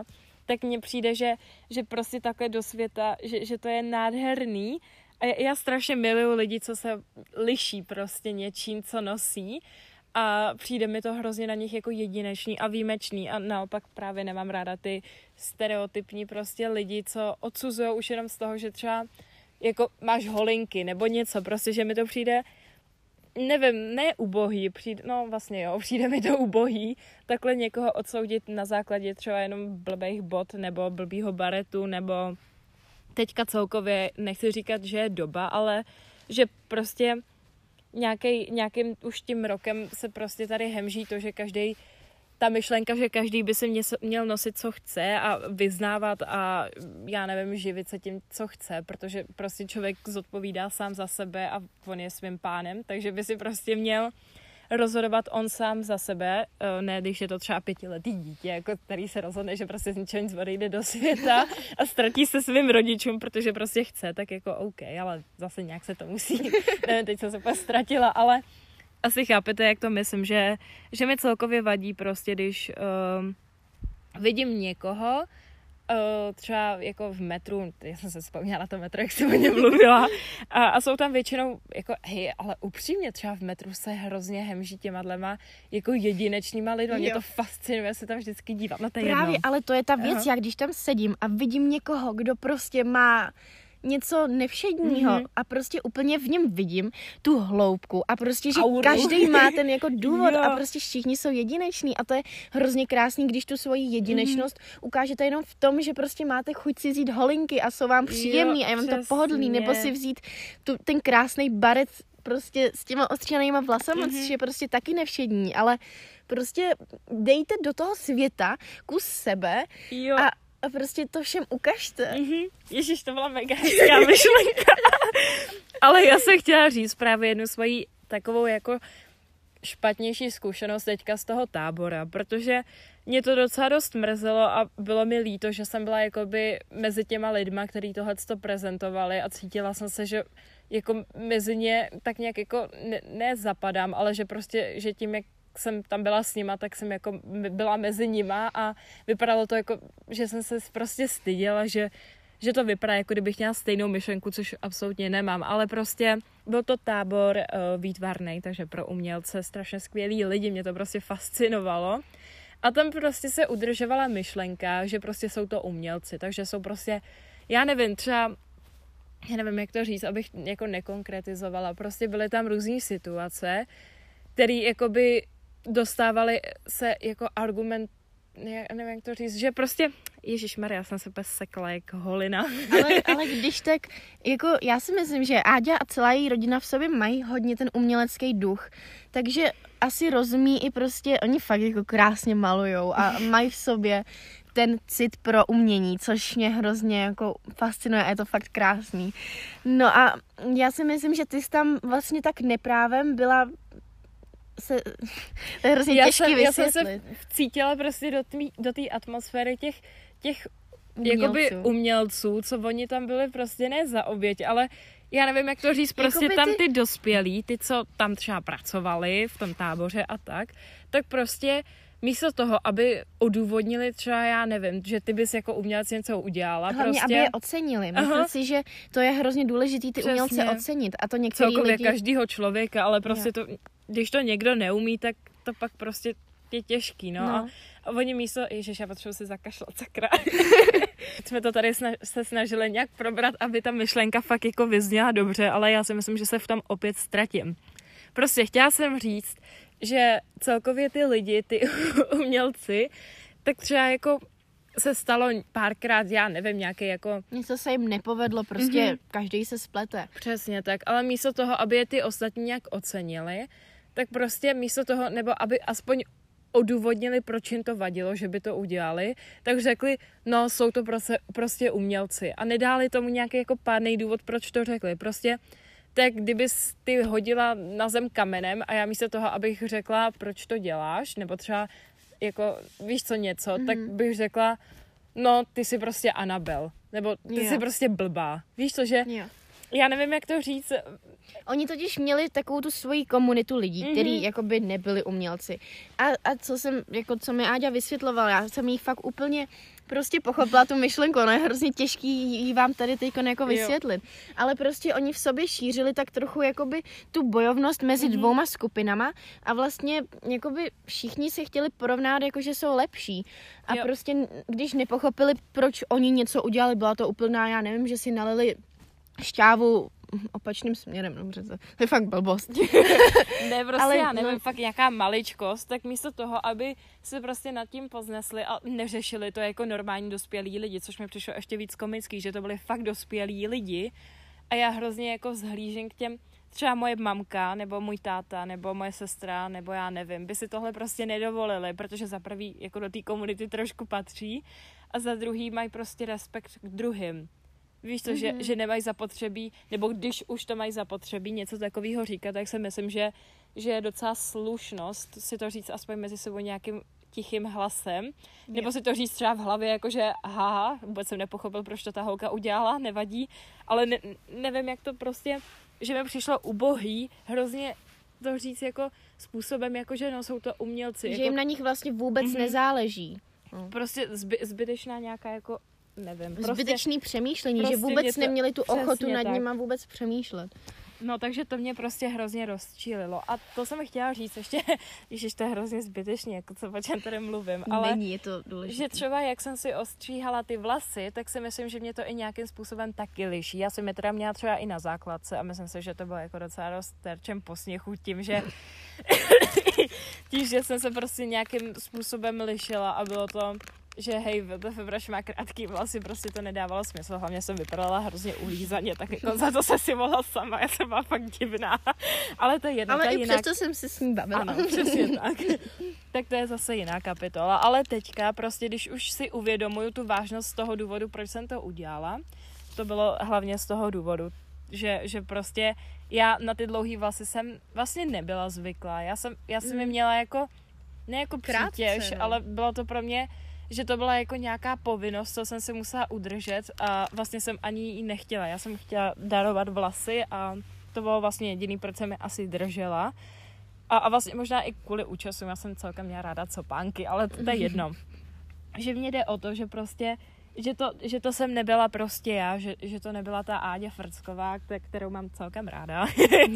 tak mně přijde, že prostě takhle do světa, že to je nádherný. A já strašně miluju lidi, co se liší prostě něčím, co nosí. A přijde mi to hrozně na nich jako jedinečný a výjimečný a naopak právě nemám ráda ty stereotypní prostě lidi, co odsuzují už jenom z toho, že třeba jako máš holinky nebo něco, prostě, že mi to přijde, nevím, ne ubohý, přijde mi to ubohý, takhle někoho odsoudit na základě třeba jenom blbých bot nebo blbýho baretu, nebo teďka celkově, nechci říkat, že je doba, ale že prostě nějakým už tím rokem se prostě tady hemží to, že ta myšlenka, že každý by si měl nosit, co chce a vyznávat a já nevím, živit se tím, co chce, protože prostě člověk zodpovídá sám za sebe a on je svým pánem, takže by si prostě měl rozhodovat on sám za sebe, ne když je to třeba 5letý dítě, jako který se rozhodne, že prostě z ničeho nic odejde do světa a ztratí se svým rodičům, protože prostě chce, tak jako OK, ale zase nějak se to musí, nevím, teď jsem se úplně ztratila, ale asi chápete, jak to myslím, že mi celkově vadí prostě, když vidím někoho, třeba jako v metru, já jsem se vzpomněla na to metro, jak jsem o něm mluvila, a jsou tam většinou jako, hej, ale upřímně třeba v metru se hrozně hemží těma dlema jako jedinečnýma lidma, mě to fascinuje se tam vždycky dívat, no to je právě, jedno. ale to je ta věc, já když tam sedím a vidím někoho, kdo prostě má něco nevšedního a prostě úplně v něm vidím tu hloubku a prostě, že každý má ten jako důvod a prostě všichni jsou jedineční a to je hrozně krásný, když tu svoji jedinečnost ukážete jenom v tom, že prostě máte chuť si vzít holinky a jsou vám příjemný a je vám to pohodlný, nebo si vzít ten krásný baret prostě s těma ostříhanýma vlasama, což je prostě taky nevšední, ale prostě dejte do toho světa kus sebe a prostě to všem ukažte. Ježiš, to byla mega hezká myšlenka. Ale já jsem chtěla říct právě jednu svoji takovou jako špatnější zkušenost teďka z toho tábora, protože mě to docela dost mrzelo a bylo mi líto, že jsem byla jakoby mezi těma lidma, kteří tohleto prezentovali a cítila jsem se, že jako mezi ně tak nějak jako ne zapadám, ale že prostě, že tím, jak jsem tam byla s nima, tak jsem jako byla mezi nima a vypadalo to jako, že jsem se prostě styděla, že to vypadá, jako kdybych měla stejnou myšlenku, což absolutně nemám, ale prostě byl to tábor výtvarný, takže pro umělce strašně skvělí lidi, mě to prostě fascinovalo. A tam prostě se udržovala myšlenka, že prostě jsou to umělci, takže jsou prostě, já nevím, třeba, já nevím, jak to říct, abych jako nekonkretizovala, prostě byly tam různý situace, které jakoby dostávali se jako argument, nevím, jak to říct, že prostě, ježišmarja, já jsem se úplně sekla jak holina. Ale když tak, jako já si myslím, že Áďa a celá její rodina v sobě mají hodně ten umělecký duch, takže asi rozumí i prostě, oni fakt jako krásně malujou a mají v sobě ten cit pro umění, což mě hrozně jako fascinuje a je to fakt krásný. No a já si myslím, že ty jsi tam vlastně tak neprávem byla to je hrozně těžký vysvětlit. Já jsem se cítila prostě do té atmosféry těch jakoby umělců, co oni tam byli prostě ne za oběť, ale já nevím, jak to říct, prostě tam ty dospělí, ty, co tam třeba pracovali v tom táboře a tak prostě místo toho, aby odůvodnili třeba, já nevím, že ty bys jako umělec něco udělala. Hlavně, prostě, aby je ocenili. Myslím si, že to je hrozně důležitý ty umělce ocenit. A to některý celkově lidi... každýho člověka, ale prostě to, když to někdo neumí, tak to pak prostě je těžký, no. A oni místo, ježiš, já potřebuji si zakašlat, sakra. Jsme to tady se snažili nějak probrat, aby ta myšlenka fakt jako vyzněla dobře, ale já si myslím, že se v tom opět ztratím. Prostě chtěla jsem říct, že celkově ty lidi, ty umělci, tak třeba jako se stalo párkrát, já nevím, nějaký jako... Něco se jim nepovedlo, prostě každý se splete. Přesně tak, ale místo toho, aby je ty ostatní nějak ocenili, tak prostě místo toho, nebo aby aspoň odůvodnili, proč jim to vadilo, že by to udělali, tak řekli, no jsou to prostě umělci a nedáli tomu nějaký jako pádnej důvod, proč to řekli. Prostě tak kdybys ty hodila na zem kamenem a já místo toho, abych řekla, proč to děláš, nebo třeba jako, víš co něco, tak bych řekla, no ty jsi prostě Anabel, nebo ty jsi prostě blbá. Víš co, že Já nevím, jak to říct. Oni totiž měli takovou tu svoji komunitu lidí, kteří jakoby nebyli umělci. A co mi Áďa vysvětlovala, já jsem jí fakt úplně prostě pochopila tu myšlenku, ono je hrozně těžký jí vám tady teď jako vysvětlit. Ale prostě oni v sobě šířili tak trochu jakoby tu bojovnost mezi dvouma skupinama a vlastně jakoby všichni se chtěli porovnat, jako že jsou lepší. A prostě když nepochopili, proč oni něco udělali, byla to úplná, já nevím, že si nalili šťávu opačným směrem, dobře, to je fakt blbost. Ne, prostě ale, já nevím, fakt nějaká maličkost, tak místo toho, aby se prostě nad tím poznesli a neřešili to jako normální dospělí lidi, což mi přišlo ještě víc komický, že to byli fakt dospělí lidi a já hrozně jako zhlížím k těm, třeba moje mamka, nebo můj táta, nebo moje sestra, nebo já nevím, by si tohle prostě nedovolili, protože za prvý jako do té komunity trošku patří a za druhý mají prostě respekt k druhým. Víš to, že nemají zapotřebí, nebo když už to mají zapotřebí něco takového říkat, tak si myslím, že je docela slušnost si to říct aspoň mezi sebou nějakým tichým hlasem, nebo si to říct třeba v hlavě, jakože haha, vůbec jsem nepochopil, proč to ta holka udělala, nevadí, ale nevím, jak to prostě, že mi přišlo ubohý, hrozně to říct jako způsobem, jakože no, jsou to umělci. Že jako, jim na nich vlastně vůbec nezáleží. Prostě zbytečná nějaká jako nevím. Prostě, zbytečný přemýšlení, prostě že vůbec neměli tu ochotu nad tak. nima vůbec přemýšlet. No, takže to mě prostě hrozně rozčílilo. A to jsem chtěla říct ještě, když to je hrozně zbytečně, jako co o čem tady mluvím. Ale není, je to důležité. Že třeba jak jsem si ostříhala ty vlasy, tak si myslím, že mě to i nějakým způsobem taky liší. Já jsem je teda měla třeba i na základce a myslím si, že to bylo jako docela dost terčem posměchu tím, že jsem se prostě nějakým způsobem lišila a bylo to, že hej, proč má krátký vlasy, prostě to nedávalo smysl, hlavně jsem vypadala hrozně ulízaně, tak jako za to se si mohla sama, já jsem byla fakt divná, ale to je jedno. Ale i jinak... přesto jsem se s ní bavila. Ano, přesně tak. Tak to je zase jiná kapitola, ale teďka prostě, když už si uvědomuju tu vážnost z toho důvodu, proč jsem to udělala, to bylo hlavně z toho důvodu, že prostě já na ty dlouhý vlasy jsem vlastně nebyla zvyklá, já jsem je měla jako, ne jako přítěž, ale bylo to pro mě, že to byla jako nějaká povinnost, co jsem si musela udržet a vlastně jsem ani ji nechtěla. Já jsem chtěla darovat vlasy a to bylo vlastně jediný, proč jsem je asi držela. A vlastně možná i kvůli účasu, já jsem celkem měla ráda copánky, ale to je jedno. Že mně jde o to, že prostě, že to jsem nebyla prostě já, že to nebyla ta Áďa Frcková, kterou mám celkem ráda.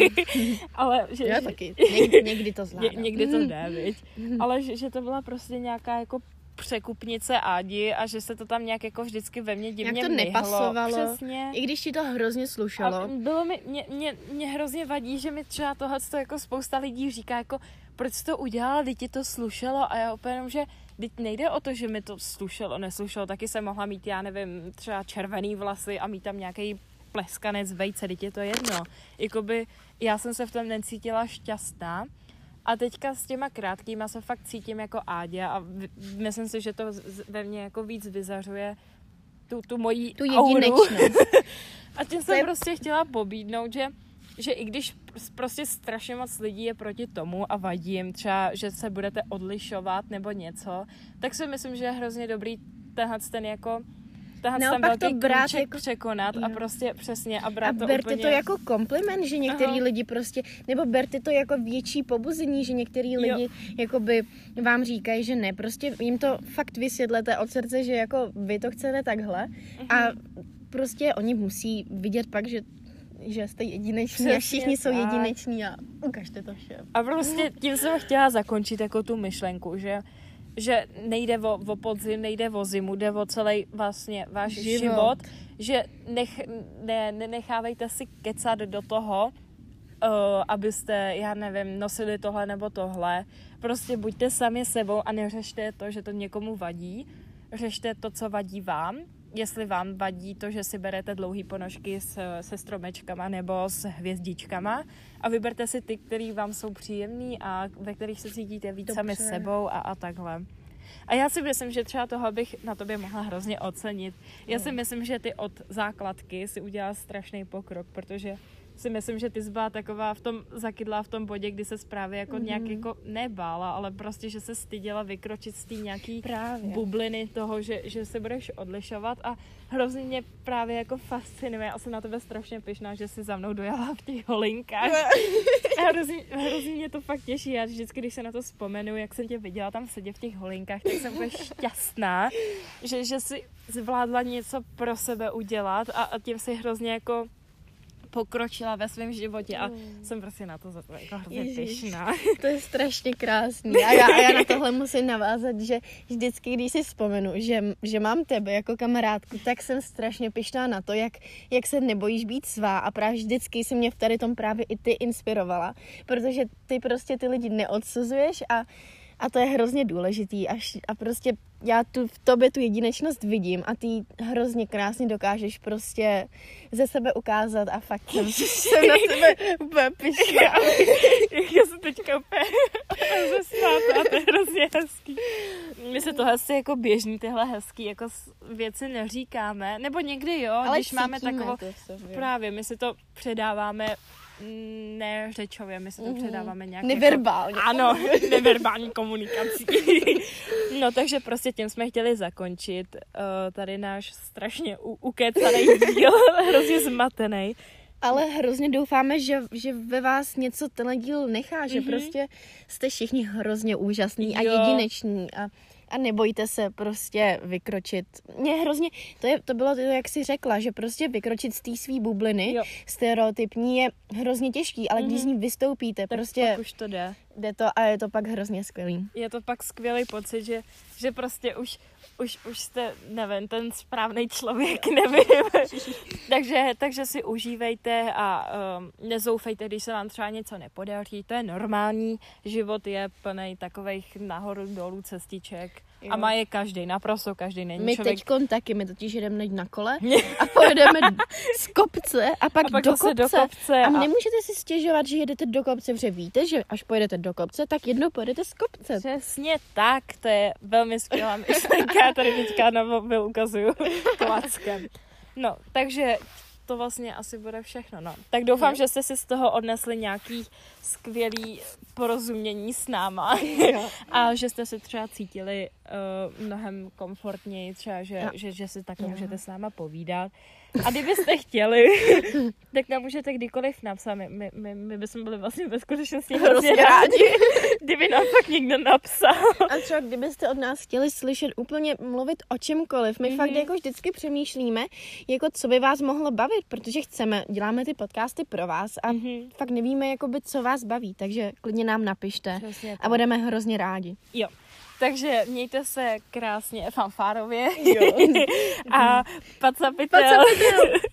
Ale že, já taky, někdy to zvládám. Někdy to jde, viď? Ale že to byla prostě nějaká jako překupnice Ádi a že se to tam nějak jako vždycky ve mně divně to nepasovalo. Přesně. I když ti to hrozně slušelo. A bylo mě hrozně vadí, že mi třeba tohle jako spousta lidí říká jako, proč jsi to udělala, teď ti to slušelo a já úplně jenom, že teď nejde o to, že mi to slušelo, neslušelo, taky jsem mohla mít, já nevím, třeba červený vlasy a mít tam nějaký pleskanec vejce, teď je to jedno. Jakoby já jsem se v tom necítila šťastná. A teďka s těma krátkýma se fakt cítím jako Áďa a myslím si, že to ve mně jako víc vyzařuje tu moji auru. A tím jsem prostě chtěla pobídnout, že i když prostě strašně moc lidí je proti tomu a vadí jim třeba, že se budete odlišovat nebo něco, tak si myslím, že je hrozně dobrý ten jako ten velký kruček jako překonat a prostě přesně a brát to úplně... A berte to jako kompliment, že některý lidi prostě, nebo berte to jako větší pobuzení, že některý lidi jakoby vám říkají, že ne, prostě jim to fakt vysvětlete od srdce, že jako vy to chcete takhle a prostě oni musí vidět pak, že jste jedineční a všichni jsou jedineční a ukažte to všem. A prostě tím jsem chtěla zakončit jako tu myšlenku, že nejde o podzim, nejde o zimu, jde o celý vlastně váš život, že nenechávejte si kecat do toho, abyste, já nevím, nosili tohle nebo tohle. Prostě buďte sami sebou a neřešte to, že to někomu vadí. Řešte to, co vadí vám. Jestli vám vadí to, že si berete dlouhý ponožky se stromečkama nebo s hvězdičkama a vyberte si ty, který vám jsou příjemný a ve kterých se cítíte víc sami sebou a takhle. A já si myslím, že třeba toho bych na tobě mohla hrozně ocenit. Já si myslím, že ty od základky si udělala strašný pokrok, protože si myslím, že ty jsi byla taková zakydlá v tom bodě, kdy se právě jako nějak jako nebála, ale prostě, že se styděla vykročit z té nějaký bubliny toho, že se budeš odlišovat a hrozně mě právě jako fascinuje a jsem na tebe strašně pyšná, že jsi za mnou dojela v těch holinkách. A hrozně mě to fakt těší. Já vždycky, když se na to vzpomenu, jak jsem tě viděla tam sedět v těch holinkách, tak jsem úplně šťastná, že jsi zvládla něco pro sebe udělat a tím si hrozně jako pokročila ve svém životě a jsem prostě na to za to jako hrozně pyšná. To je strašně krásný a já na tohle musím navázat, že vždycky, když si vzpomenu, že mám tebe jako kamarádku, tak jsem strašně pyšná na to, jak se nebojíš být svá a právě vždycky si mě v tady tom právě i ty inspirovala, protože ty prostě ty lidi neodsuzuješ a to je hrozně důležitý a prostě já v tobě tu jedinečnost vidím a ty hrozně krásně dokážeš prostě ze sebe ukázat a fakt jsem na tebe úplně pyšná. Já jsem teďka úplně zasmáta a to je hrozně hezký. My se tohle asi jako běžný tyhle hezký jako věci neříkáme, nebo někdy jo, ale když máme takovou, právě my si to předáváme ne řečově, my si to předáváme nějak neverbálně. Jako, ano, neverbální komunikací. No takže prostě tím jsme chtěli zakončit tady náš strašně ukecaný díl, hrozně zmatený. Ale hrozně doufáme, že ve vás něco tenhle díl nechá, že prostě jste všichni hrozně úžasný a jedineční a nebojte se prostě vykročit. Mě hrozně, to bylo to, jak jsi řekla, že prostě vykročit z té svý bubliny, stereotypní je hrozně těžký, ale když z ní vystoupíte, tak prostě pak už to jde. Jde to a je to pak hrozně skvělý. Je to pak skvělý pocit, že prostě už jste, nevím, ten správný člověk, nevím. takže si užívejte a nezoufejte, když se vám třeba něco nepodaří. To je normální. Život je plný takových nahoru dolů cestiček. Jo. A má je každý, naprosto každý. Není my člověk... teďkon taky, my totiž jedeme na kole a pojedeme z kopce a pak do kopce. A nemůžete si stěžovat, že jedete do kopce, protože víte, že až pojedete do kopce, tak jednou pojedete z kopce. Přesně tak, to je velmi skvělá myšlenka. Já tady teďka na mobil ukazuju klackem. No, takže to vlastně asi bude všechno, no. Tak doufám, že jste si z toho odnesli nějaký skvělý porozumění s náma a že jste se třeba cítili mnohem komfortněji, třeba, že si takhle můžete s náma povídat. A kdybyste chtěli, tak nám můžete kdykoliv napsat. My bychom byli vlastně ve skutečnosti hrozně rádi, kdyby nám fakt někdo napsal. A třeba kdybyste od nás chtěli slyšet úplně mluvit o čemkoliv, my fakt jako vždycky přemýšlíme, jako co by vás mohlo bavit, protože děláme ty podcasty pro vás a fakt nevíme, jakoby, co vás baví, takže klidně nám napište a budeme hrozně rádi. Jo. Takže mějte se krásně fanfárově a pacapitel.